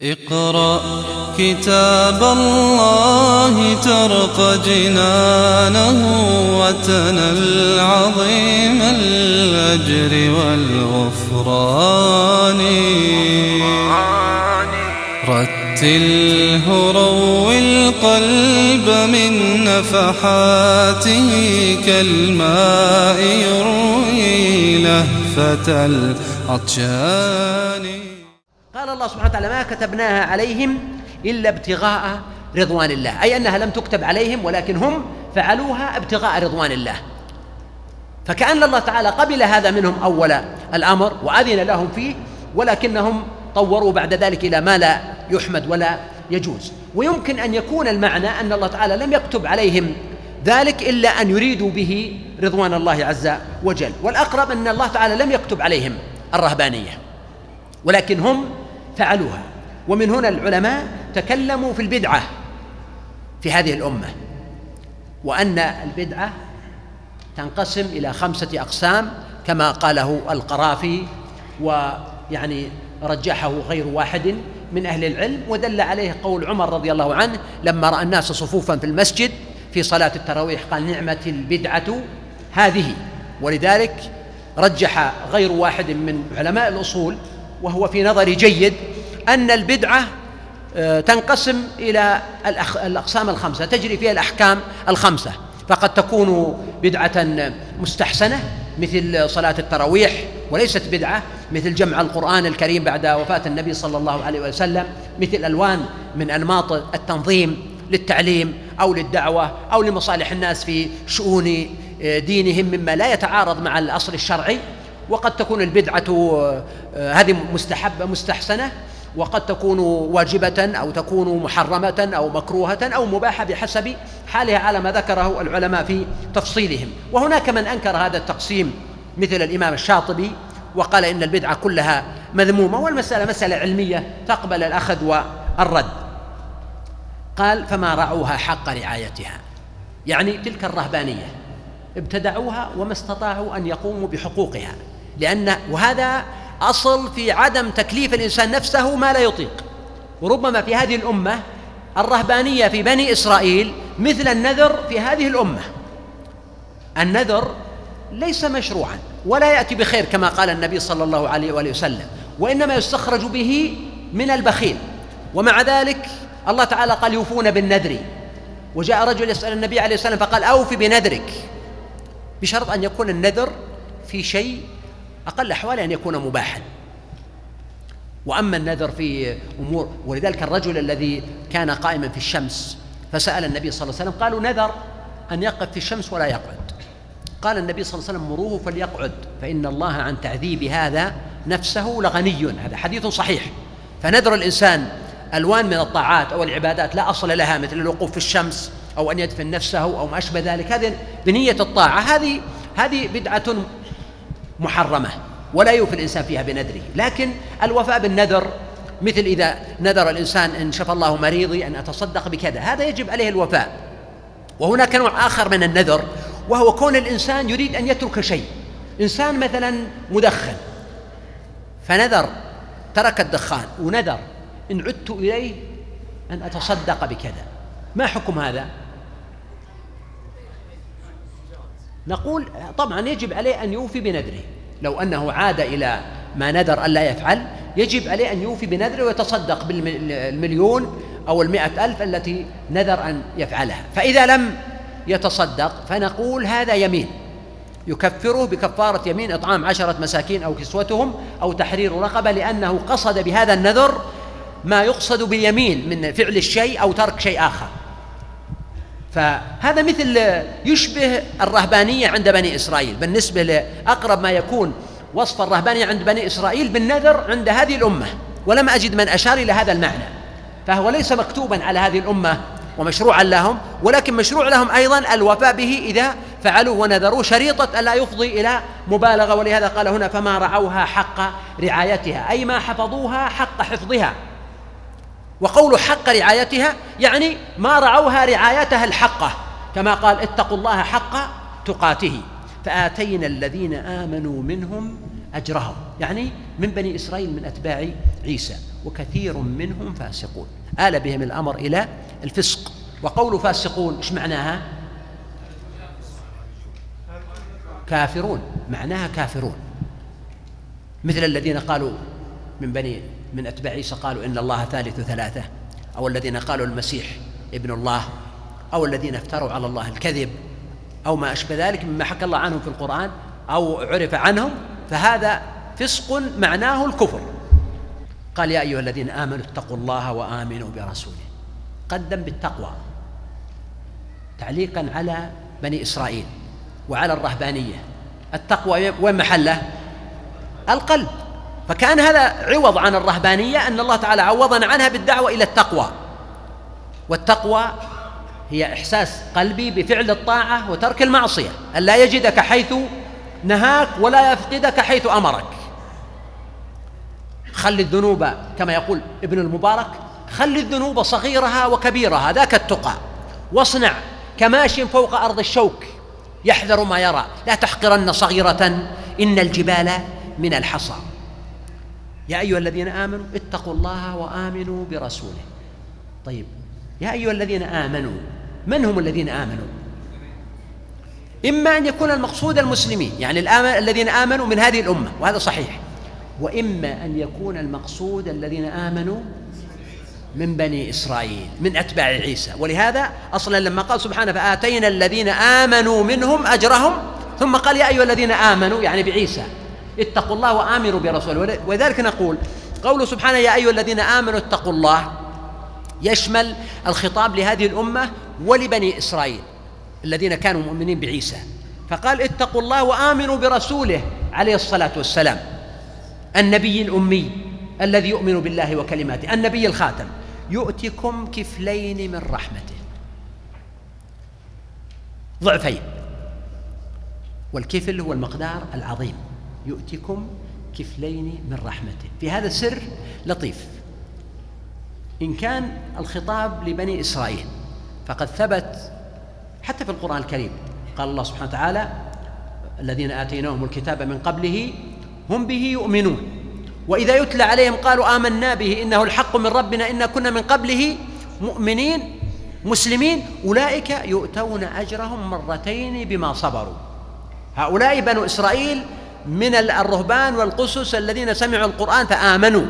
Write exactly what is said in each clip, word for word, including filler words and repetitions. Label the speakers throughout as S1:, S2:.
S1: اقرأ كتاب الله ترق جنانه وتنل عظيم الأجر والغفران. رتله روي القلب من نفحاته كالماء يروي لهفة العطشان.
S2: قال الله سبحانه وتعالى: ما كتبناها عليهم إلا ابتغاء رضوان الله، أي أنها لم تكتب عليهم ولكن هم فعلوها ابتغاء رضوان الله. فكأن الله تعالى قبل هذا منهم أول الأمر وأذن لهم فيه، ولكنهم طوروا بعد ذلك إلى ما لا يحمد ولا يجوز. ويمكن أن يكون المعنى أن الله تعالى لم يكتب عليهم ذلك إلا أن يريدوا به رضوان الله عز وجل، والأقرب أن الله تعالى لم يكتب عليهم الرهبانية ولكن هم فعلوها. ومن هنا العلماء تكلموا في البدعة في هذه الأمة، وأن البدعة تنقسم إلى خمسة أقسام كما قاله القرافي، ويعني رجحه غير واحد من أهل العلم، ودل عليه قول عمر رضي الله عنه لما رأى الناس صفوفا في المسجد في صلاة التراويح قال: نعمة البدعة هذه. ولذلك رجح غير واحد من علماء الأصول، وهو في نظري جيد، أن البدعة تنقسم إلى الأقسام الخمسة تجري فيها الأحكام الخمسة. فقد تكون بدعة مستحسنة مثل صلاة التراويح، وليست بدعة مثل جمع القرآن الكريم بعد وفاة النبي صلى الله عليه وسلم، مثل ألوان من أنماط التنظيم للتعليم أو للدعوة أو لمصالح الناس في شؤون دينهم مما لا يتعارض مع الأصل الشرعي. وقد تكون البدعة هذه مستحبة مستحسنة، وقد تكون واجبة أو تكون محرمة أو مكروهة أو مباحة بحسب حالها على ما ذكره العلماء في تفصيلهم. وهناك من أنكر هذا التقسيم مثل الإمام الشاطبي وقال إن البدعة كلها مذمومة، والمسألة مسألة علمية تقبل الأخذ والرد. قال: فما رعوها حق رعايتها، يعني تلك الرهبانية ابتدعوها وما استطاعوا أن يقوموا بحقوقها، لأن وهذا أصل في عدم تكليف الإنسان نفسه ما لا يطيق. وربما في هذه الأمة الرهبانية في بني إسرائيل مثل النذر في هذه الأمة. النذر ليس مشروعا ولا يأتي بخير كما قال النبي صلى الله عليه وآله وسلم، وإنما يستخرج به من البخيل. ومع ذلك الله تعالى قال: يوفون بالنذر. وجاء رجل يسأل النبي عليه السلام فقال: أوف بنذرك، بشرط أن يكون النذر في شيء أقل أحواله أن يكون مباحا. وأما النذر في أمور، ولذلك الرجل الذي كان قائما في الشمس فسأل النبي صلى الله عليه وسلم قالوا: نذر أن يقف في الشمس ولا يقعد. قال النبي صلى الله عليه وسلم: مروه فليقعد فإن الله عن تعذيب هذا نفسه لغني. هذا حديث صحيح. فنذر الإنسان ألوان من الطاعات أو العبادات لا أصل لها، مثل الوقوف في الشمس أو أن يدفن نفسه أو ما أشبه ذلك، هذه بنية الطاعة، هذه هذه بدعة محرمة ولا يوفي الإنسان فيها بنذره. لكن الوفاء بالنذر مثل إذا نذر الإنسان إن شفى الله مريضي أن أتصدق بكذا، هذا يجب عليه الوفاء. وهناك نوع آخر من النذر، وهو كون الإنسان يريد أن يترك شيء. إنسان مثلا مدخن فنذر ترك الدخان، ونذر إن عدت إليه أن أتصدق بكذا، ما حكم هذا؟ نقول طبعا يجب عليه أن يوفي بنذره. لو أنه عاد إلى ما نذر أن لا يفعل يجب عليه أن يوفي بنذره ويتصدق بالمليون أو المئة ألف التي نذر أن يفعلها. فإذا لم يتصدق فنقول هذا يمين يكفره بكفارة يمين إطعام عشرة مساكين أو كسوتهم أو تحرير رقبة، لأنه قصد بهذا النذر ما يقصد باليمين من فعل الشيء أو ترك شيء آخر. فهذا مثل يشبه الرهبانية عند بني إسرائيل، بالنسبة لأقرب ما يكون وصف الرهبانية عند بني إسرائيل بالنذر عند هذه الأمة، ولم أجد من أشار إلى هذا المعنى. فهو ليس مكتوبا على هذه الأمة ومشروعا لهم، ولكن مشروع لهم أيضا الوفاء به إذا فعلوا ونذروا، شريطة ألا يفضي إلى مبالغة. ولهذا قال هنا: فما رعوها حق رعايتها، أي ما حفظوها حق حفظها. وقول حق رعايتها يعني ما رعوها رعايتها الحقة، كما قال: اتقوا الله حق تقاته فآتينا الذين آمنوا منهم أجرهم، يعني من بني إسرائيل من أتباع عيسى. وكثير منهم فاسقون. آل بهم الأمر إلى الفسق. وقول فاسقون إيش معناها؟ كافرون، معناها كافرون، مثل الذين قالوا من بني من أتباع عيسى قالوا إن الله ثالث ثلاثة، أو الذين قالوا المسيح ابن الله، أو الذين افتروا على الله الكذب، أو ما أشبه ذلك مما حكى الله عنهم في القرآن أو عرف عنهم، فهذا فسق معناه الكفر. قال يا أيها الذين آمنوا اتقوا الله وآمنوا برسوله، قدم بالتقوى تعليقا على بني إسرائيل وعلى الرهبانية. التقوى وين محله؟ القلب. فكان هذا عوض عن الرهبانية، أن الله تعالى عوضنا عنها بالدعوة إلى التقوى. والتقوى هي إحساس قلبي بفعل الطاعة وترك المعصية، أن لا يجدك حيث نهاك ولا يفقدك حيث أمرك. خل الذنوب كما يقول ابن المبارك، خل الذنوب صغيرها وكبيرها، ذاك التقى. واصنع كماش فوق أرض الشوك يحذر ما يرى، لا تحقرن صغيرة إن الجبال من الحصى. يا أيها الذين آمنوا اتقوا الله وآمنوا برسوله. طيب يا أيها الذين آمنوا، من هم الذين آمنوا؟ إما أن يكون المقصود المسلمين، يعني الذين آمنوا من هذه الأمة، وهذا صحيح، وإما أن يكون المقصود الذين آمنوا من بني إسرائيل من أتباع عيسى. ولهذا أصلا لما قال سبحانه فآتينا الذين آمنوا منهم أجرهم، ثم قال يا أيها الذين آمنوا يعني بعيسى اتقوا الله وآمنوا برسوله. وذلك نقول قوله سبحانه يا أيها الذين آمنوا اتقوا الله يشمل الخطاب لهذه الأمة ولبني إسرائيل الذين كانوا مؤمنين بعيسى، فقال اتقوا الله وآمنوا برسوله عليه الصلاة والسلام، النبي الأمي الذي يؤمن بالله وكلماته، النبي الخاتم، يؤتكم كفلين من رحمته، ضعفين، والكفل هو المقدار العظيم، يؤتكم كفلين من رحمته. في هذا سر لطيف. إن كان الخطاب لبني إسرائيل فقد ثبت حتى في القرآن الكريم، قال الله سبحانه وتعالى الذين آتيناهم الكتاب من قبله هم به يؤمنون وإذا يتلى عليهم قالوا آمنا به إنه الحق من ربنا إنا كنا من قبله مؤمنين مسلمين أولئك يؤتون أجرهم مرتين بما صبروا. هؤلاء بنو إسرائيل من الرهبان والقسس الذين سمعوا القرآن فآمنوا،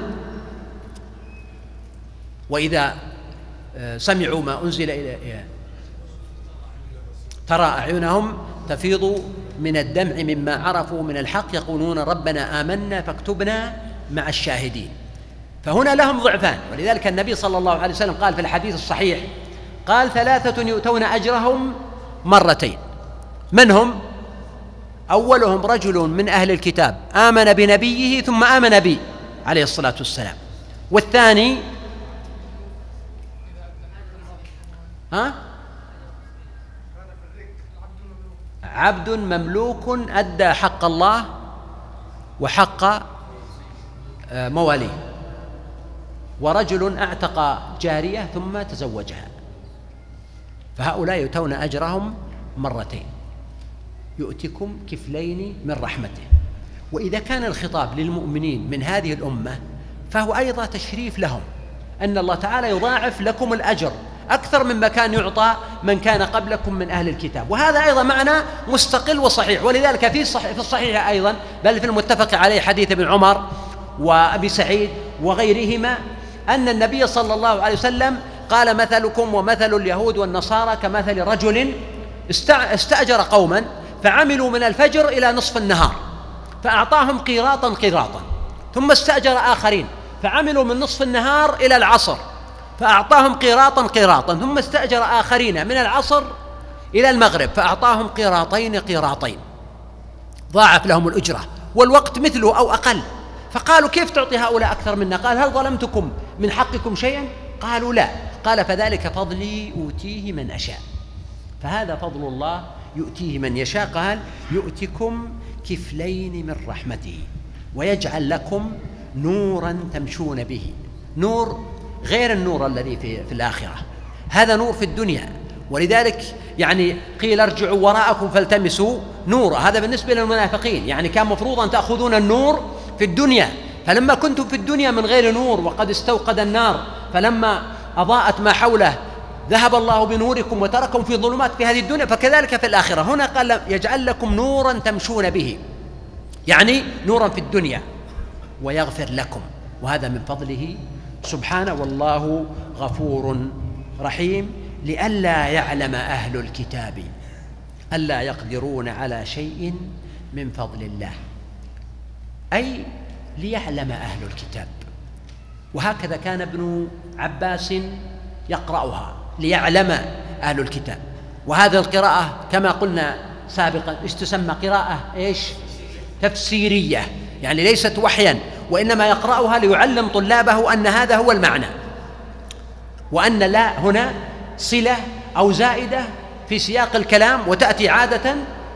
S2: وإذا سمعوا ما أنزل إلى ترى أعينهم تفيض من الدمع مما عرفوا من الحق يقولون ربنا آمنا فاكتبنا مع الشاهدين. فهنا لهم ضعفان، ولذلك النبي صلى الله عليه وسلم قال في الحديث الصحيح قال ثلاثة يؤتون أجرهم مرتين. من هم؟ أولهم رجل من أهل الكتاب آمن بنبيه ثم آمن بي عليه الصلاة والسلام، والثاني ها؟ عبد مملوك أدى حق الله وحق مواليه، ورجل أعتق جارية ثم تزوجها. فهؤلاء يؤتون أجرهم مرتين، يؤتكم كفلين من رحمته. وإذا كان الخطاب للمؤمنين من هذه الأمة فهو أيضا تشريف لهم، أن الله تعالى يضاعف لكم الأجر أكثر مما كان يعطى من كان قبلكم من أهل الكتاب. وهذا أيضا معنى مستقل وصحيح. ولذلك في في الصحيح أيضا بل في المتفق عليه حديث ابن عمر وأبي سعيد وغيرهما أن النبي صلى الله عليه وسلم قال مثلكم ومثل اليهود والنصارى كمثل رجل استأجر قوما فعملوا من الفجر إلى نصف النهار فأعطاهم قيراطا قيراطا، ثم استأجر آخرين فعملوا من نصف النهار إلى العصر فأعطاهم قيراطا قيراطا، ثم استأجر آخرين من العصر إلى المغرب فأعطاهم قيراطين قيراطين، ضاعف لهم الأجرة والوقت مثله أو أقل. فقالوا كيف تعطي هؤلاء أكثر منا؟ قال هل ظلمتكم من حقكم شيئا؟ قالوا لا. قال فذلك فضلي أوتيه من أشاء. فهذا فضل الله يؤتيه من يشاء. قال يؤتكم كفلين من رحمته ويجعل لكم نورا تمشون به. نور غير النور الذي في, في الآخرة، هذا نور في الدنيا. ولذلك يعني قيل ارجعوا وراءكم فالتمسوا نورا، هذا بالنسبة للمنافقين، يعني كان مفروض أن تأخذون النور في الدنيا فلما كنتم في الدنيا من غير نور وقد استوقد النار، فلما أضاءت ما حوله ذهب الله بنوركم وتركم في ظلمات في هذه الدنيا، فكذلك في الآخرة. هنا قال يجعل لكم نورا تمشون به، يعني نورا في الدنيا، ويغفر لكم، وهذا من فضله سبحانه، والله غفور رحيم. لئلا يعلم أهل الكتاب ألا يقدرون على شيء من فضل الله، أي ليعلم أهل الكتاب. وهكذا كان ابن عباس يقرأها، ليعلم أهل الكتاب. وهذه القراءة كما قلنا سابقا إيش تسمى؟ قراءة إيش؟ تفسيرية، يعني ليست وحيا، وإنما يقرأها ليعلم طلابه أن هذا هو المعنى، وأن لا هنا صلة أو زائدة في سياق الكلام، وتأتي عادة،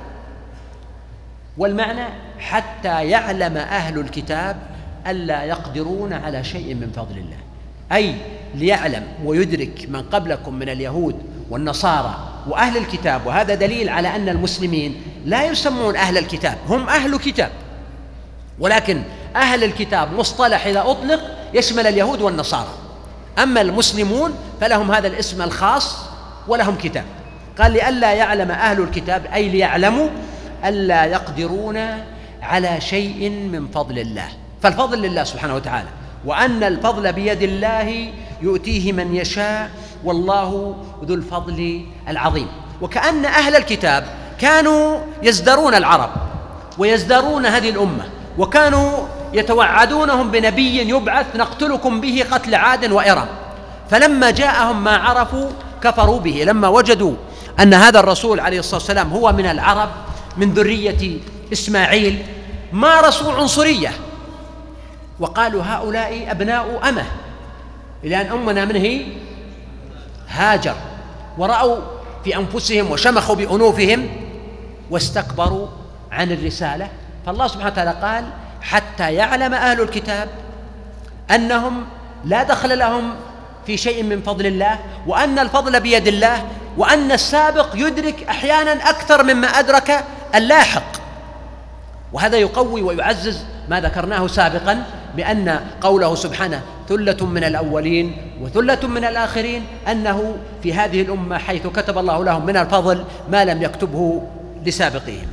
S2: والمعنى حتى يعلم أهل الكتاب ألا يقدرون على شيء من فضل الله، أي ليعلم ويدرك من قبلكم من اليهود والنصارى وأهل الكتاب. وهذا دليل على أن المسلمين لا يسمون أهل الكتاب، هم أهل كتاب، ولكن أهل الكتاب مصطلح إذا أطلق يشمل اليهود والنصارى، أما المسلمون فلهم هذا الاسم الخاص ولهم كتاب. قال لئلا يعلم أهل الكتاب، أي ليعلموا ألا يقدرون على شيء من فضل الله، فالفضل لله سبحانه وتعالى، وأن الفضل بيد الله يؤتيه من يشاء، والله ذو الفضل العظيم. وكأن أهل الكتاب كانوا يزدرون العرب ويزدرون هذه الأمة، وكانوا يتوعدونهم بنبي يبعث نقتلكم به قتل عاد وإرم، فلما جاءهم ما عرفوا كفروا به. لما وجدوا أن هذا الرسول عليه الصلاة والسلام هو من العرب من ذرية إسماعيل مارسوا عنصرية، وقالوا هؤلاء أبناء أمه، إلى أن أمنا من هي؟ هاجر. ورأوا في أنفسهم وشمخوا بأنوفهم واستكبروا عن الرسالة. فالله سبحانه وتعالى قال حتى يعلم أهل الكتاب أنهم لا دخل لهم في شيء من فضل الله، وأن الفضل بيد الله، وأن السابق يدرك أحيانا أكثر مما أدرك اللاحق. وهذا يقوي ويعزز ما ذكرناه سابقا بأن قوله سبحانه ثلة من الأولين وثلة من الآخرين، أنه في هذه الأمة حيث كتب الله لهم من الفضل ما لم يكتبه لسابقهم.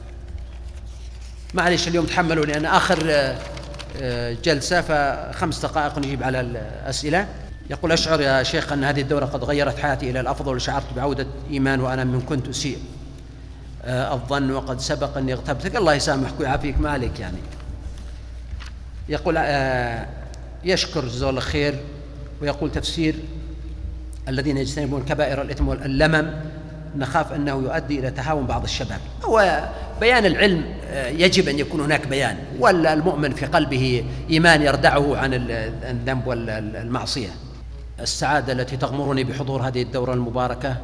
S2: معلش اليوم تحملوا لأن آخر جلسة، فخمس دقائق نجيب على الأسئلة. يقول أشعر يا شيخ أن هذه الدورة قد غيرت حياتي إلى الأفضل، وشعرت بعودة إيمان وأنا من كنت أسيء الظن، وقد سبق أني اغتبتك. الله يسامحك ويعافيك، ما عليك يعني. يقول يشكر جزاه الله خير، ويقول تفسير الذين يجتنبون كبائر الإثم واللمم نخاف أنه يؤدي إلى تهاون بعض الشباب. هو بيان العلم يجب أن يكون هناك بيان، والمؤمن في قلبه إيمان يردعه عن الذنب والمعصية. السعادة التي تغمرني بحضور هذه الدورة المباركة،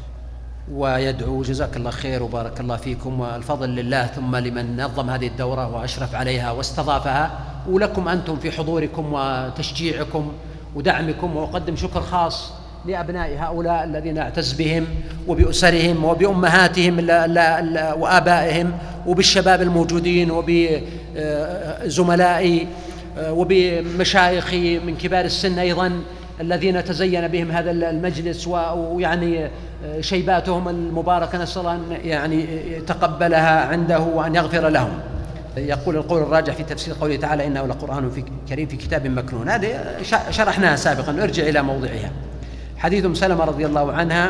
S2: ويدعو جزاك الله خير وبارك الله فيكم، والفضل لله ثم لمن نظم هذه الدورة وأشرف عليها واستضافها، ولكم أنتم في حضوركم وتشجيعكم ودعمكم. وأقدم شكر خاص لأبناء هؤلاء الذين أعتز بهم وبأسرهم وبأمهاتهم وآبائهم وبالشباب الموجودين وبزملائي وبمشايخي من كبار السن أيضا الذين تزين بهم هذا المجلس، ويعني شيباتهم المباركة نسأل الله أن يعني يتقبلها عنده وأن يغفر لهم. يقول القول الراجح في تفسير قوله تعالى إنه لقرآن في كريم في كتاب مكنون، هذه شرحناها سابقا، نرجع إلى موضعها. حديث أم سلمة رضي الله عنها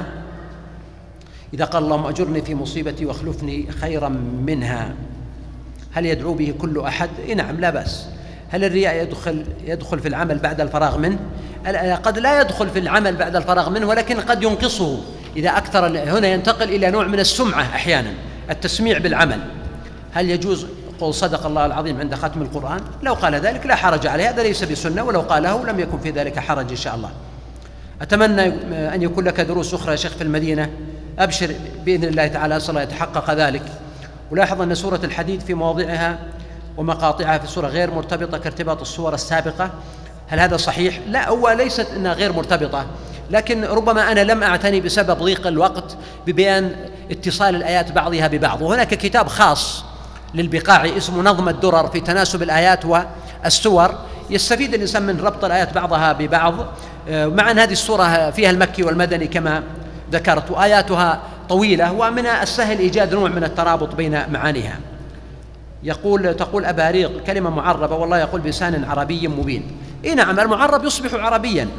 S2: إذا قال اللهم أجرني في مصيبتي واخلفني خيرا منها، هل يدعو به كل أحد؟ نعم لا بأس. هل الرياء يدخل يدخل في العمل بعد الفراغ منه؟ قد لا يدخل في العمل بعد الفراغ منه، ولكن قد ينقصه إذا أكثر. هنا ينتقل إلى نوع من السمعة أحيانا، التسميع بالعمل. هل يجوز قول صدق الله العظيم عند ختم القرآن؟ لو قال ذلك لا حرج عليه، هذا ليس بسنة، ولو قاله لم يكن في ذلك حرج إن شاء الله. أتمنى أن يكون لك دروس أخرى يا شيخ في المدينة، أبشر بإذن الله تعالى، أسأل الله يتحقق ذلك. ولاحظ أن سورة الحديد في مواضعها ومقاطعها في السورة غير مرتبطة كارتباط السور السابقة، هل هذا صحيح؟ لا، هو ليست أنها غير مرتبطة، لكن ربما أنا لم أعتني بسبب ضيق الوقت ببيان اتصال الآيات بعضها ببعض. وهناك كتاب خاص للبقاعي اسمه نظم الدرر في تناسب الآيات السور يستفيد الإنسان من ربط الآيات بعضها ببعض، مع أن هذه السورة فيها المكي والمدني كما ذكرت، وآياتها طويلة، ومن السهل إيجاد نوع من الترابط بين معانيها. يقول تقول أباريق كلمة معربة، والله يقول بلسان عربي مبين. إيه نعم، المعرب يصبح عربيا.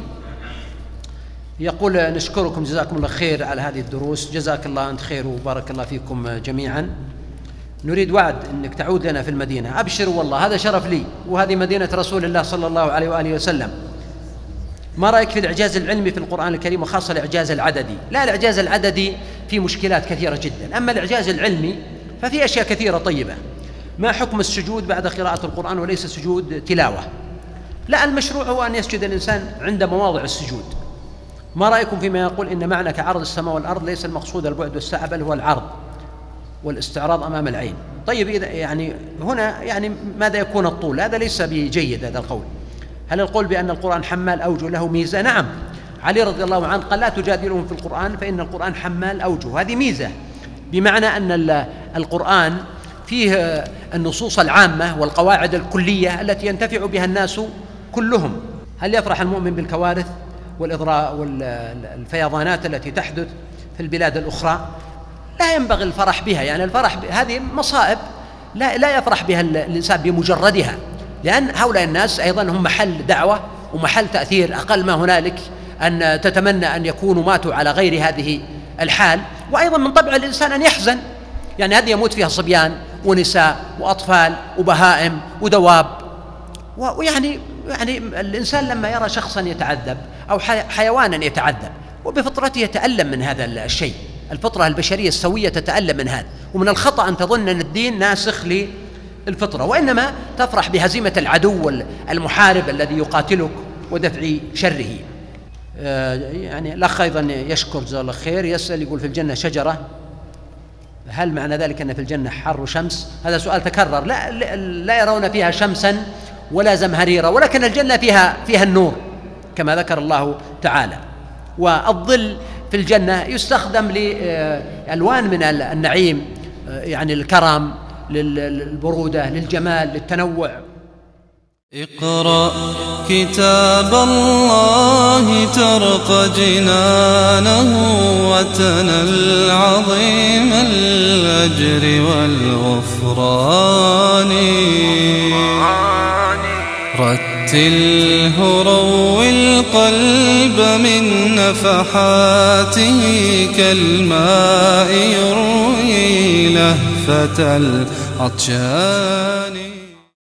S2: يقول نشكركم جزاكم الله خير على هذه الدروس، جزاك الله أنت خير وبارك الله فيكم جميعا. نريد وعد أنك تعود لنا في المدينة. أبشروا والله، هذا شرف لي، وهذه مدينة رسول الله صلى الله عليه وآله وسلم. ما رأيك في الإعجاز العلمي في القرآن الكريم، وخاصة الإعجاز العددي؟ لا، الإعجاز العددي فيه مشكلات كثيرة جدا، أما الإعجاز العلمي ففي أشياء كثيرة طيبة. ما حكم السجود بعد قراءة القرآن وليس سجود تلاوة؟ لا، المشروع هو أن يسجد الإنسان عند مواضع السجود. ما رأيكم فيما يقول إن معنى كعرض السماء والأرض ليس المقصود البعد والسعة، بل هو العرض والاستعراض أمام العين؟ طيب، إذا يعني هنا يعني ماذا يكون الطول؟ هذا ليس بجيد هذا القول. هل القول بأن القرآن حمال أوجه له ميزة؟ نعم، علي رضي الله عنه قال لا تجادلهم في القرآن فإن القرآن حمال أوجه، هذه ميزة، بمعنى أن القرآن فيه النصوص العامة والقواعد الكلية التي ينتفع بها الناس كلهم. هل يفرح المؤمن بالكوارث والإضراء والفيضانات التي تحدث في البلاد الأخرى؟ لا ينبغي الفرح بها، يعني الفرح هذه مصائب لا, لا يفرح بها الإنسان بمجردها، لأن هؤلاء الناس أيضا هم محل دعوة ومحل تأثير. أقل ما هنالك أن تتمنى أن يكونوا ماتوا على غير هذه الحال. وأيضا من طبع الإنسان أن يحزن، يعني هذه يموت فيها صبيان ونساء وأطفال وبهائم ودواب، ويعني يعني الإنسان لما يرى شخصا يتعذب أو حيوانا يتعذب وبفطرته يتألم من هذا الشيء. الفطرة البشرية السوية تتألم من هذا، ومن الخطأ أن تظن أن الدين ناسخ للفطرة، وإنما تفرح بهزيمة العدو المحارب الذي يقاتلك ودفع شره. يعني الأخ أيضا يشكر جزاه الله خير، يسأل يقول في الجنة شجرة، هل معنى ذلك أن في الجنة حر شمس؟ هذا سؤال تكرر. لا, لا يرون فيها شمسا ولا زمهريرا، ولكن الجنة فيها فيها النور كما ذكر الله تعالى. والظل في الجنة يستخدم لألوان من النعيم، يعني الكرم، للبرودة، للجمال، للتنوع.
S1: اقرأ كتاب الله ترق جنانه وتنل عظيم الأجر والغفران. رتله روي القلب من نفحاته كالماء يروي لهفة العطشان.